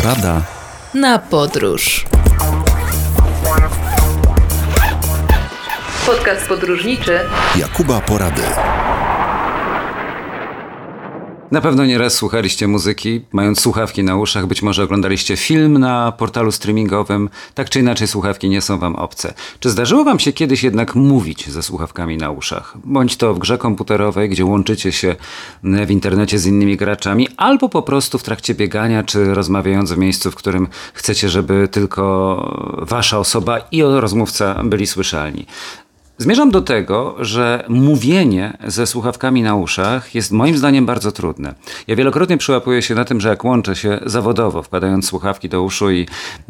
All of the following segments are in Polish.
Porada na podróż. Podcast podróżniczy Jakuba Porady. Na pewno nieraz słuchaliście muzyki, mając słuchawki na uszach, być może oglądaliście film na portalu streamingowym, tak czy inaczej słuchawki nie są wam obce. Czy zdarzyło wam się kiedyś jednak mówić ze słuchawkami na uszach? Bądź to w grze komputerowej, gdzie łączycie się w internecie z innymi graczami, albo po prostu w trakcie biegania, czy rozmawiając w miejscu, w którym chcecie, żeby tylko wasza osoba i rozmówca byli słyszalni. Zmierzam do tego, że mówienie ze słuchawkami na uszach jest moim zdaniem bardzo trudne. Ja wielokrotnie przyłapuję się na tym, że jak łączę się zawodowo, wkładając słuchawki do uszu i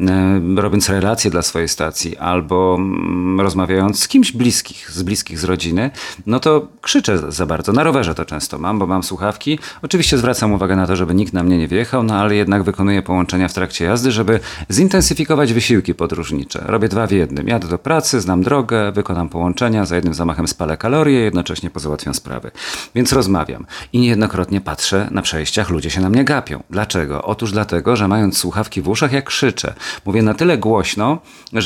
robiąc relacje dla swojej stacji, albo rozmawiając z kimś z bliskich z rodziny, no to krzyczę za bardzo. Na rowerze to często mam, bo mam słuchawki. Oczywiście zwracam uwagę na to, żeby nikt na mnie nie wjechał, no ale jednak wykonuję połączenia w trakcie jazdy, żeby zintensyfikować wysiłki podróżnicze. Robię 2 w 1. Jadę do pracy, znam drogę, wykonam połączenia, za jednym zamachem spalę kalorie, jednocześnie pozałatwiam sprawy. Więc rozmawiam i niejednokrotnie patrzę na przejściach, ludzie się na mnie gapią. Dlaczego? Otóż dlatego, że mając słuchawki w uszach, jak krzyczę. Mówię na tyle głośno,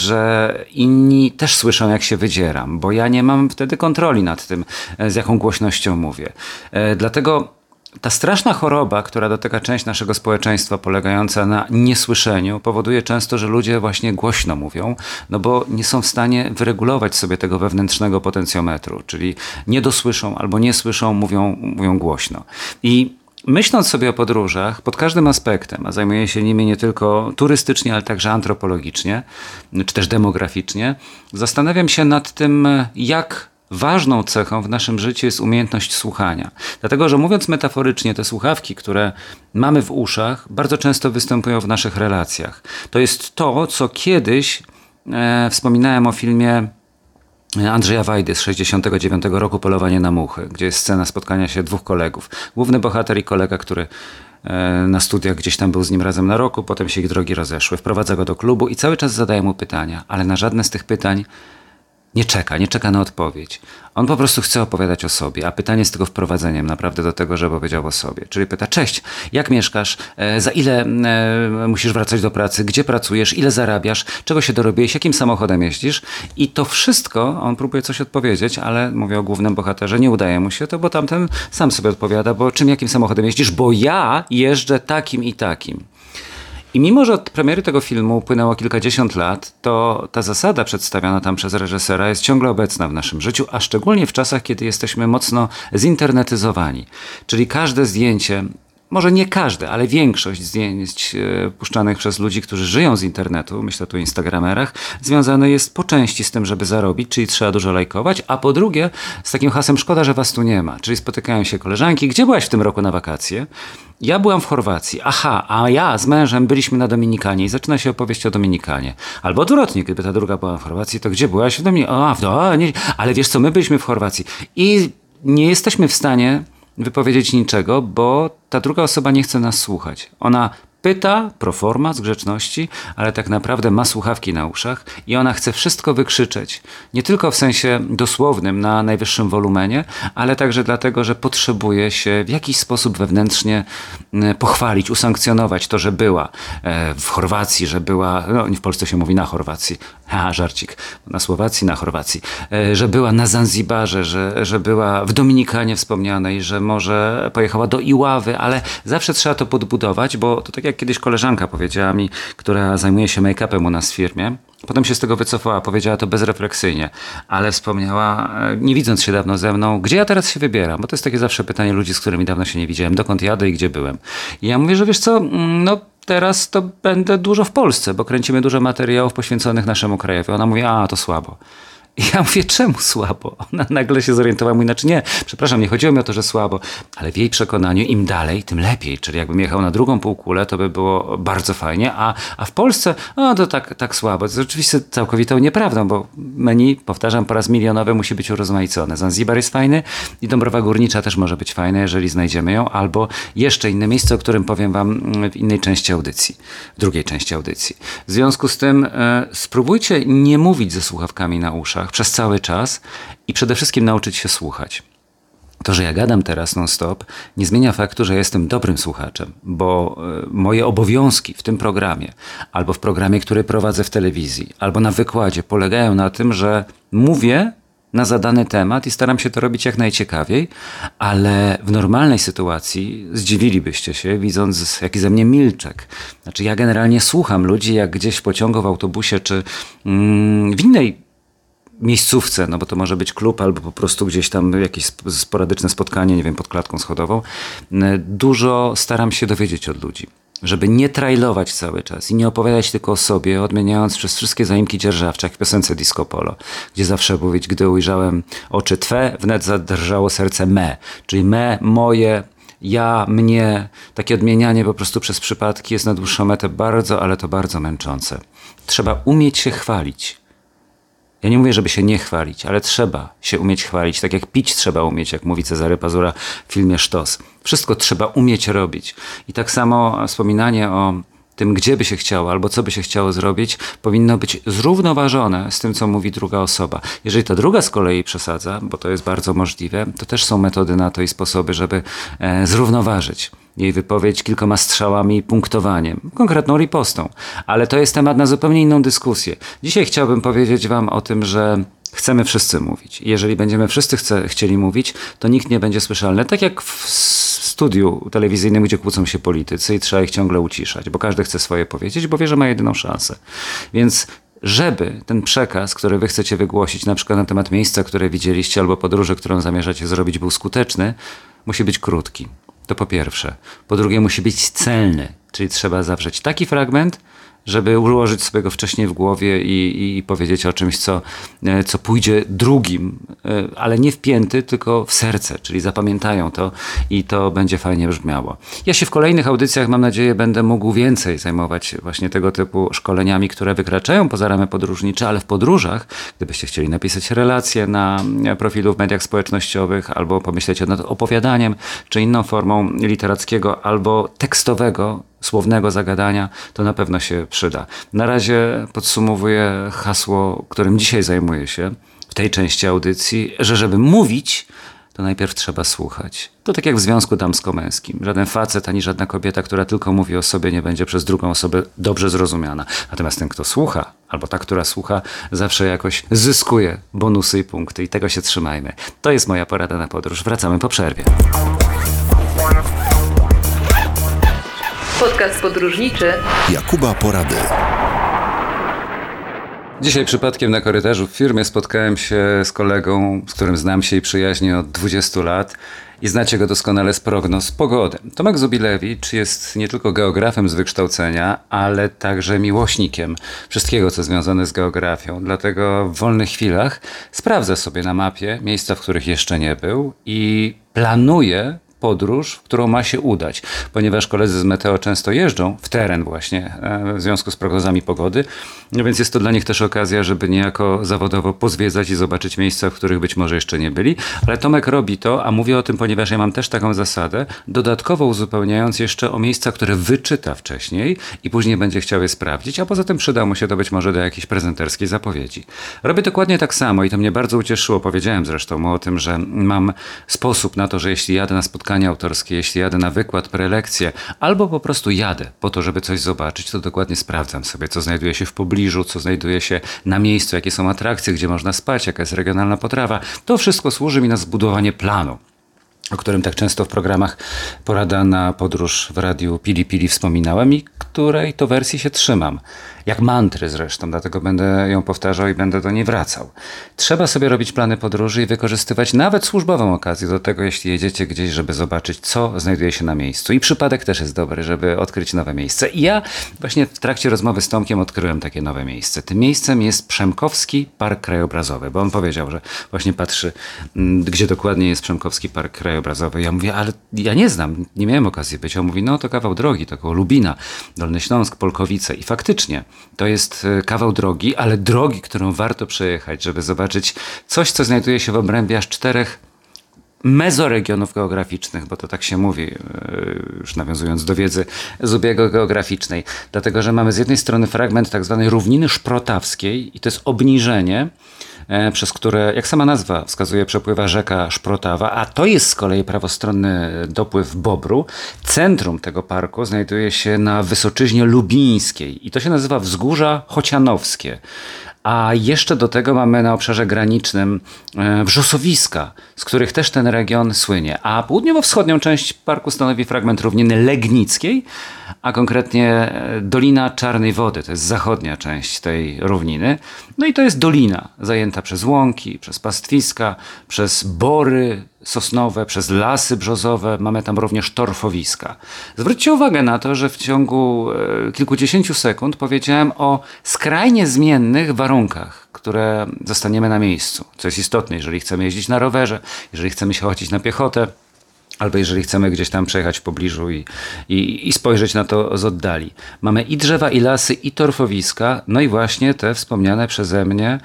że inni też słyszą, jak się wydzieram, bo ja nie mam wtedy kontroli nad tym, z jaką głośnością mówię. Dlatego ta straszna choroba, która dotyka część naszego społeczeństwa, polegająca na niesłyszeniu, powoduje często, że ludzie właśnie głośno mówią, no bo nie są w stanie wyregulować sobie tego wewnętrznego potencjometru, czyli nie dosłyszą albo nie słyszą, mówią głośno. I myśląc sobie o podróżach pod każdym aspektem, a zajmuję się nimi nie tylko turystycznie, ale także antropologicznie, czy też demograficznie, zastanawiam się nad tym, jak ważną cechą w naszym życiu jest umiejętność słuchania. Dlatego, że mówiąc metaforycznie, te słuchawki, które mamy w uszach, bardzo często występują w naszych relacjach. To jest to, co kiedyś wspominałem o filmie Andrzeja Wajdy z 1969 roku Polowanie na muchy, gdzie jest scena spotkania się 2 kolegów. Główny bohater i kolega, który na studiach gdzieś tam był z nim razem na roku, potem się ich drogi rozeszły. Wprowadza go do klubu i cały czas zadaje mu pytania, ale na żadne z tych pytań nie czeka na odpowiedź. On po prostu chce opowiadać o sobie, a pytanie jest tylko wprowadzeniem naprawdę do tego, żeby powiedział o sobie. Czyli pyta: cześć, jak mieszkasz, za ile musisz wracać do pracy, gdzie pracujesz, ile zarabiasz, czego się dorobiłeś, jakim samochodem jeździsz. I to wszystko, on próbuje coś odpowiedzieć, ale mówię o głównym bohaterze, nie udaje mu się to, bo tamten sam sobie odpowiada, bo jakim samochodem jeździsz, bo ja jeżdżę takim i takim. I mimo, że od premiery tego filmu upłynęło kilkadziesiąt lat, to ta zasada przedstawiona tam przez reżysera jest ciągle obecna w naszym życiu, a szczególnie w czasach, kiedy jesteśmy mocno zinternetyzowani. Czyli każde zdjęcie, może nie każde, ale większość zdjęć puszczanych przez ludzi, którzy żyją z internetu, myślę tu o instagramerach, związane jest po części z tym, żeby zarobić, czyli trzeba dużo lajkować, a po drugie z takim hasłem: szkoda, że was tu nie ma. Czyli spotykają się koleżanki: gdzie byłaś w tym roku na wakacje? Ja byłam w Chorwacji. Aha, a ja z mężem byliśmy na Dominikanie i zaczyna się opowieść o Dominikanie. Albo odwrotnie, gdyby ta druga była w Chorwacji, to gdzie byłaś? W Dominikanie. Ale wiesz co, my byliśmy w Chorwacji. I nie jesteśmy w stanie wypowiedzieć niczego, bo ta druga osoba nie chce nas słuchać. Ona pyta pro forma, z grzeczności, ale tak naprawdę ma słuchawki na uszach i ona chce wszystko wykrzyczeć. Nie tylko w sensie dosłownym, na najwyższym wolumenie, ale także dlatego, że potrzebuje się w jakiś sposób wewnętrznie pochwalić, usankcjonować to, że była w Chorwacji, że była, no w Polsce się mówi na Chorwacji, żarcik, na Słowacji, na Chorwacji, że była na Zanzibarze, że była w Dominikanie wspomnianej, że może pojechała do Iławy, ale zawsze trzeba to podbudować, bo to tak jak kiedyś koleżanka powiedziała mi, która zajmuje się make-upem u nas w firmie, potem się z tego wycofała, powiedziała to bezrefleksyjnie, ale wspomniała, nie widząc się dawno ze mną, gdzie ja teraz się wybieram, bo to jest takie zawsze pytanie ludzi, z którymi dawno się nie widziałem, dokąd jadę i gdzie byłem. I ja mówię, że wiesz co, no teraz to będę dużo w Polsce, bo kręcimy dużo materiałów poświęconych naszemu krajowi. Ona mówi: a to słabo. I ja mówię: czemu słabo? Ona nagle się zorientowała, mówi: znaczy nie, przepraszam, nie chodziło mi o to, że słabo, ale w jej przekonaniu im dalej, tym lepiej. Czyli jakbym jechał na drugą półkulę, to by było bardzo fajnie, a w Polsce, to tak słabo. To jest oczywiście całkowitą nieprawdą, bo menu, powtarzam po raz milionowy, musi być urozmaicone. Zanzibar jest fajny i Dąbrowa Górnicza też może być fajna, jeżeli znajdziemy ją, albo jeszcze inne miejsce, o którym powiem wam w innej części audycji, w drugiej części audycji. W związku z tym spróbujcie nie mówić ze słuchawkami na uszach przez cały czas i przede wszystkim nauczyć się słuchać. To, że ja gadam teraz non-stop, nie zmienia faktu, że jestem dobrym słuchaczem, bo moje obowiązki w tym programie, albo w programie, który prowadzę w telewizji, albo na wykładzie polegają na tym, że mówię na zadany temat i staram się to robić jak najciekawiej, ale w normalnej sytuacji zdziwilibyście się, widząc jaki ze mnie milczek. Znaczy ja generalnie słucham ludzi, jak gdzieś w pociągu, w autobusie, czy w innej miejscówce, no bo to może być klub albo po prostu gdzieś tam jakieś sporadyczne spotkanie, nie wiem, pod klatką schodową. Dużo staram się dowiedzieć od ludzi, żeby nie trailować cały czas i nie opowiadać tylko o sobie, odmieniając przez wszystkie zaimki dzierżawcze, jak w piosence Disco Polo, gdzie zawsze mówić, gdy ujrzałem oczy twe, wnet zadrżało serce me, czyli me, moje, ja, mnie. Takie odmienianie po prostu przez przypadki jest na dłuższą metę bardzo, ale to bardzo męczące. Trzeba umieć się chwalić. Ja nie mówię, żeby się nie chwalić, ale trzeba się umieć chwalić. Tak jak pić trzeba umieć, jak mówi Cezary Pazura w filmie Sztos. Wszystko trzeba umieć robić. I tak samo wspominanie o tym, gdzie by się chciało albo co by się chciało zrobić, powinno być zrównoważone z tym, co mówi druga osoba. Jeżeli ta druga z kolei przesadza, bo to jest bardzo możliwe, to też są metody na to i sposoby, żeby zrównoważyć jej wypowiedź kilkoma strzałami i punktowaniem, konkretną ripostą. Ale to jest temat na zupełnie inną dyskusję. Dzisiaj chciałbym powiedzieć wam o tym, że chcemy wszyscy mówić. I jeżeli będziemy wszyscy chcieli mówić, to nikt nie będzie słyszalny. Tak jak w studiu telewizyjnym, gdzie kłócą się politycy i trzeba ich ciągle uciszać, bo każdy chce swoje powiedzieć, bo wie, że ma jedyną szansę. Więc żeby ten przekaz, który wy chcecie wygłosić, na przykład na temat miejsca, które widzieliście, albo podróży, którą zamierzacie zrobić, był skuteczny, musi być krótki. To po pierwsze. Po drugie, musi być celny, czyli trzeba zawrzeć taki fragment, żeby ułożyć sobie go wcześniej w głowie i powiedzieć o czymś, co pójdzie drugim, ale nie wpięty, tylko w serce, czyli zapamiętają to i to będzie fajnie brzmiało. Ja się w kolejnych audycjach, mam nadzieję, będę mógł więcej zajmować właśnie tego typu szkoleniami, które wykraczają poza ramy podróżnicze, ale w podróżach, gdybyście chcieli napisać relacje na profilu w mediach społecznościowych, albo pomyśleć nad opowiadaniem, czy inną formą literackiego albo tekstowego, słownego zagadania, to na pewno się przyda. Na razie podsumowuję hasło, którym dzisiaj zajmuję się w tej części audycji, że żeby mówić, to najpierw trzeba słuchać. To tak jak w związku damsko-męskim. Żaden facet ani żadna kobieta, która tylko mówi o sobie, nie będzie przez drugą osobę dobrze zrozumiana. Natomiast ten, kto słucha, albo ta, która słucha, zawsze jakoś zyskuje bonusy i punkty. I tego się trzymajmy. To jest moja porada na podróż. Wracamy po przerwie. Podcast podróżniczy Jakuba Porady. Dzisiaj przypadkiem na korytarzu w firmie spotkałem się z kolegą, z którym znam się i przyjaźnię od 20 lat i znacie go doskonale z prognoz pogody. Tomek Zubilewicz jest nie tylko geografem z wykształcenia, ale także miłośnikiem wszystkiego, co związane z geografią. Dlatego w wolnych chwilach sprawdza sobie na mapie miejsca, w których jeszcze nie był i planuje podróż, w którą ma się udać, ponieważ koledzy z Meteo często jeżdżą w teren właśnie w związku z prognozami pogody, no więc jest to dla nich też okazja, żeby niejako zawodowo pozwiedzać i zobaczyć miejsca, w których być może jeszcze nie byli, ale Tomek robi to, a mówię o tym, ponieważ ja mam też taką zasadę, dodatkowo uzupełniając jeszcze o miejsca, które wyczyta wcześniej i później będzie chciał je sprawdzić, a poza tym przyda mu się to być może do jakiejś prezenterskiej zapowiedzi. Robię dokładnie tak samo i to mnie bardzo ucieszyło, powiedziałem zresztą mu o tym, że mam sposób na to, że jeśli jadę na spotkanie autorskie, jeśli jadę na wykład, prelekcję, albo po prostu jadę po to, żeby coś zobaczyć, to dokładnie sprawdzam sobie, co znajduje się w pobliżu, co znajduje się na miejscu, jakie są atrakcje, gdzie można spać, jaka jest regionalna potrawa. To wszystko służy mi na zbudowanie planu, o którym tak często w programach Porada na podróż w radiu Pili Pili wspominałem i której to wersji się trzymam. Jak mantry zresztą, dlatego będę ją powtarzał i będę do niej wracał. Trzeba sobie robić plany podróży i wykorzystywać nawet służbową okazję do tego, jeśli jedziecie gdzieś, żeby zobaczyć, co znajduje się na miejscu. I przypadek też jest dobry, żeby odkryć nowe miejsce. I ja właśnie w trakcie rozmowy z Tomkiem odkryłem takie nowe miejsce. Tym miejscem jest Przemkowski Park Krajobrazowy, bo on powiedział, że właśnie patrzy, gdzie dokładnie jest Przemkowski Park Krajobrazowy. Ja mówię, ale ja nie znam, nie miałem okazji być. On mówi, no to kawał drogi, to koło Lubina, Dolny Śląsk, Polkowice. I faktycznie to jest kawał drogi, ale drogi, którą warto przejechać, żeby zobaczyć coś, co znajduje się w obrębie aż 4 mezoregionów geograficznych, bo to tak się mówi, już nawiązując do wiedzy Zubiego geograficznej. Dlatego, że mamy z jednej strony fragment tak zwanej równiny szprotawskiej i to jest obniżenie przez które, jak sama nazwa wskazuje, przepływa rzeka Szprotawa, a to jest z kolei prawostronny dopływ Bobru. Centrum tego parku znajduje się na Wysoczyźnie Lubińskiej i to się nazywa Wzgórza Chocianowskie. A jeszcze do tego mamy na obszarze granicznym wrzosowiska, z których też ten region słynie. A południowo-wschodnią część parku stanowi fragment równiny Legnickiej, a konkretnie Dolina Czarnej Wody. To jest zachodnia część tej równiny. No i to jest dolina zajęta przez łąki, przez pastwiska, przez bory sosnowe, przez lasy brzozowe. Mamy tam również torfowiska. Zwróćcie uwagę na to, że w ciągu kilkudziesięciu sekund powiedziałem o skrajnie zmiennych warunkach, które zostaniemy na miejscu. Co jest istotne, jeżeli chcemy jeździć na rowerze, jeżeli chcemy się chodzić na piechotę, albo jeżeli chcemy gdzieś tam przejechać w pobliżu i spojrzeć na to z oddali. Mamy i drzewa, i lasy, i torfowiska, no i właśnie te wspomniane przeze mnie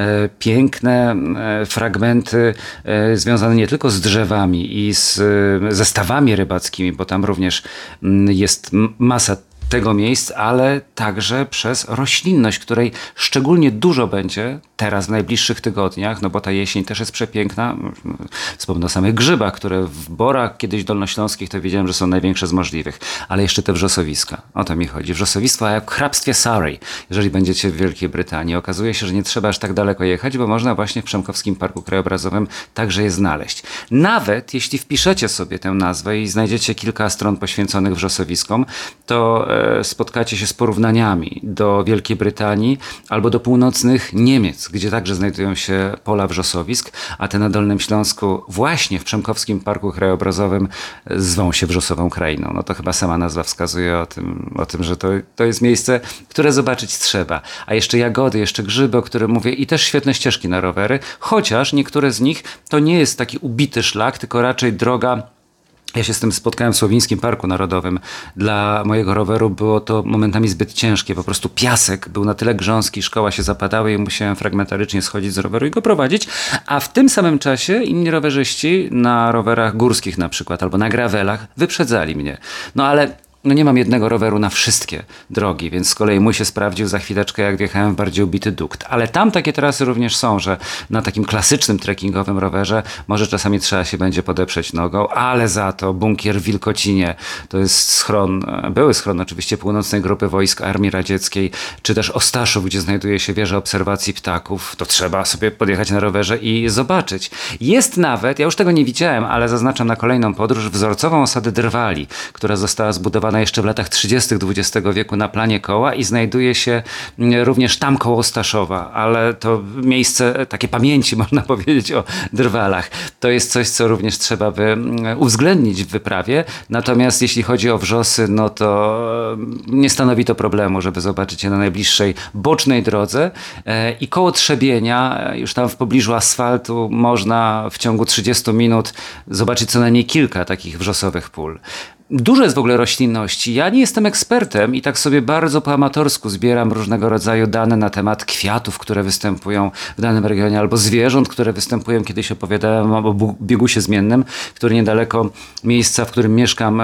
piękne fragmenty związane nie tylko z drzewami i ze stawami rybackimi, bo tam również jest masa tego miejsc, ale także przez roślinność, której szczególnie dużo będzie teraz w najbliższych tygodniach, no bo ta jesień też jest przepiękna. Wspomnę o samych grzybach, które w borach kiedyś dolnośląskich to wiedziałem, że są największe z możliwych, ale jeszcze te wrzosowiska. O to mi chodzi. Wrzosowictwa jak w hrabstwie Surrey, jeżeli będziecie w Wielkiej Brytanii. Okazuje się, że nie trzeba aż tak daleko jechać, bo można właśnie w Przemkowskim Parku Krajobrazowym także je znaleźć. Nawet jeśli wpiszecie sobie tę nazwę i znajdziecie kilka stron poświęconych wrzosowiskom, to spotkacie się z porównaniami do Wielkiej Brytanii albo do północnych Niemiec, gdzie także znajdują się pola wrzosowisk, a te na Dolnym Śląsku właśnie w Przemkowskim Parku Krajobrazowym zwą się Wrzosową Krainą. No to chyba sama nazwa wskazuje o tym, że to jest miejsce, które zobaczyć trzeba. A jeszcze jagody, jeszcze grzyby, o których mówię i też świetne ścieżki na rowery, chociaż niektóre z nich to nie jest taki ubity szlak, tylko raczej droga. Ja się z tym spotkałem w Słowińskim Parku Narodowym. Dla mojego roweru było to momentami zbyt ciężkie. Po prostu piasek był na tyle grząski, szkoła się zapadały i musiałem fragmentarycznie schodzić z roweru i go prowadzić. A w tym samym czasie inni rowerzyści na rowerach górskich na przykład albo na gravelach wyprzedzali mnie. No ale nie mam jednego roweru na wszystkie drogi, więc z kolei mój się sprawdził za chwileczkę, jak wjechałem w bardziej ubity dukt. Ale tam takie trasy również są, że na takim klasycznym trekkingowym rowerze może czasami trzeba się będzie podeprzeć nogą, ale za to bunkier w Wilkocinie to jest były schron oczywiście północnej grupy wojsk Armii Radzieckiej, czy też Ostaszów, gdzie znajduje się wieża obserwacji ptaków. To trzeba sobie podjechać na rowerze i zobaczyć. Jest nawet, ja już tego nie widziałem, ale zaznaczam na kolejną podróż, wzorcową osadę Drwali, która została zbudowana jeszcze w latach 30. XX wieku na planie koła i znajduje się również tam koło Staszowa, ale to miejsce takie pamięci, można powiedzieć, o Drwalach. To jest coś, co również trzeba by uwzględnić w wyprawie. Natomiast jeśli chodzi o wrzosy, no to nie stanowi to problemu, żeby zobaczyć je na najbliższej bocznej drodze. I koło Trzebienia, już tam w pobliżu asfaltu, można w ciągu 30 minut zobaczyć co najmniej kilka takich wrzosowych pól. Dużo jest w ogóle roślinności. Ja nie jestem ekspertem i tak sobie bardzo po amatorsku zbieram różnego rodzaju dane na temat kwiatów, które występują w danym regionie, albo zwierząt, które występują. Kiedyś opowiadałem o biegusie zmiennym, który niedaleko miejsca, w którym mieszkam,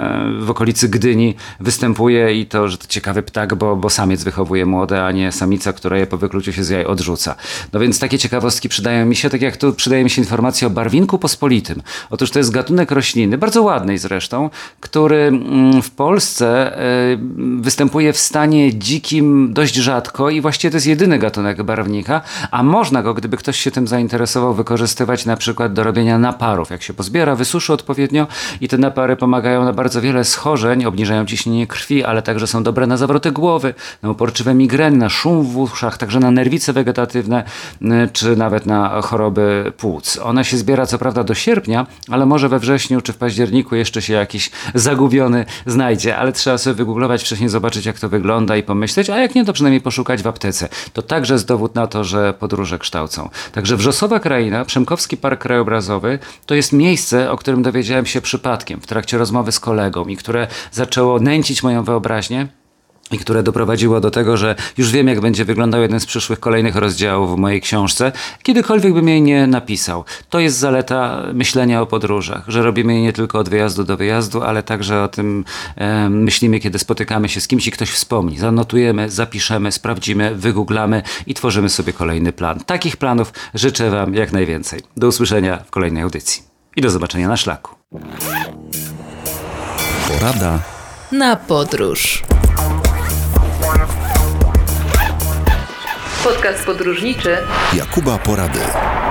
w okolicy Gdyni, występuje i to, że to ciekawy ptak, bo samiec wychowuje młode, a nie samica, która je po wykluciu się z jaj odrzuca. No więc takie ciekawostki przydają mi się, tak jak tu przydaje mi się informacja o barwinku pospolitym. Otóż to jest gatunek rośliny, bardzo ładnej zresztą, który w Polsce występuje w stanie dzikim dość rzadko i właściwie to jest jedyny gatunek barwnika, a można go, gdyby ktoś się tym zainteresował, wykorzystywać na przykład do robienia naparów. Jak się pozbiera, wysuszy odpowiednio i te napary pomagają na bardzo wiele schorzeń, obniżają ciśnienie krwi, ale także są dobre na zawroty głowy, na uporczywe migreny, na szum w uszach, także na nerwice wegetatywne, czy nawet na choroby płuc. One się zbiera co prawda do sierpnia, ale może we wrześniu czy w październiku jeszcze się jakiś zagubiony znajdzie, ale trzeba sobie wygooglować wcześniej, zobaczyć jak to wygląda i pomyśleć, a jak nie, to przynajmniej poszukać w aptece. To także jest dowód na to, że podróże kształcą. Także Wrzosowa Kraina, Przemkowski Park Krajobrazowy to jest miejsce, o którym dowiedziałem się przypadkiem w trakcie rozmowy z kolegą i które zaczęło nęcić moją wyobraźnię. i które doprowadziło do tego, że już wiem, jak będzie wyglądał jeden z przyszłych kolejnych rozdziałów w mojej książce, kiedykolwiek bym jej nie napisał. To jest zaleta myślenia o podróżach, że robimy je nie tylko od wyjazdu do wyjazdu, ale także o tym myślimy, kiedy spotykamy się z kimś i ktoś wspomni. Zanotujemy, zapiszemy, sprawdzimy, wygooglamy i tworzymy sobie kolejny plan. Takich planów życzę Wam jak najwięcej. Do usłyszenia w kolejnej audycji i do zobaczenia na szlaku. Porada na podróż. Podcast podróżniczy Jakuba Porady.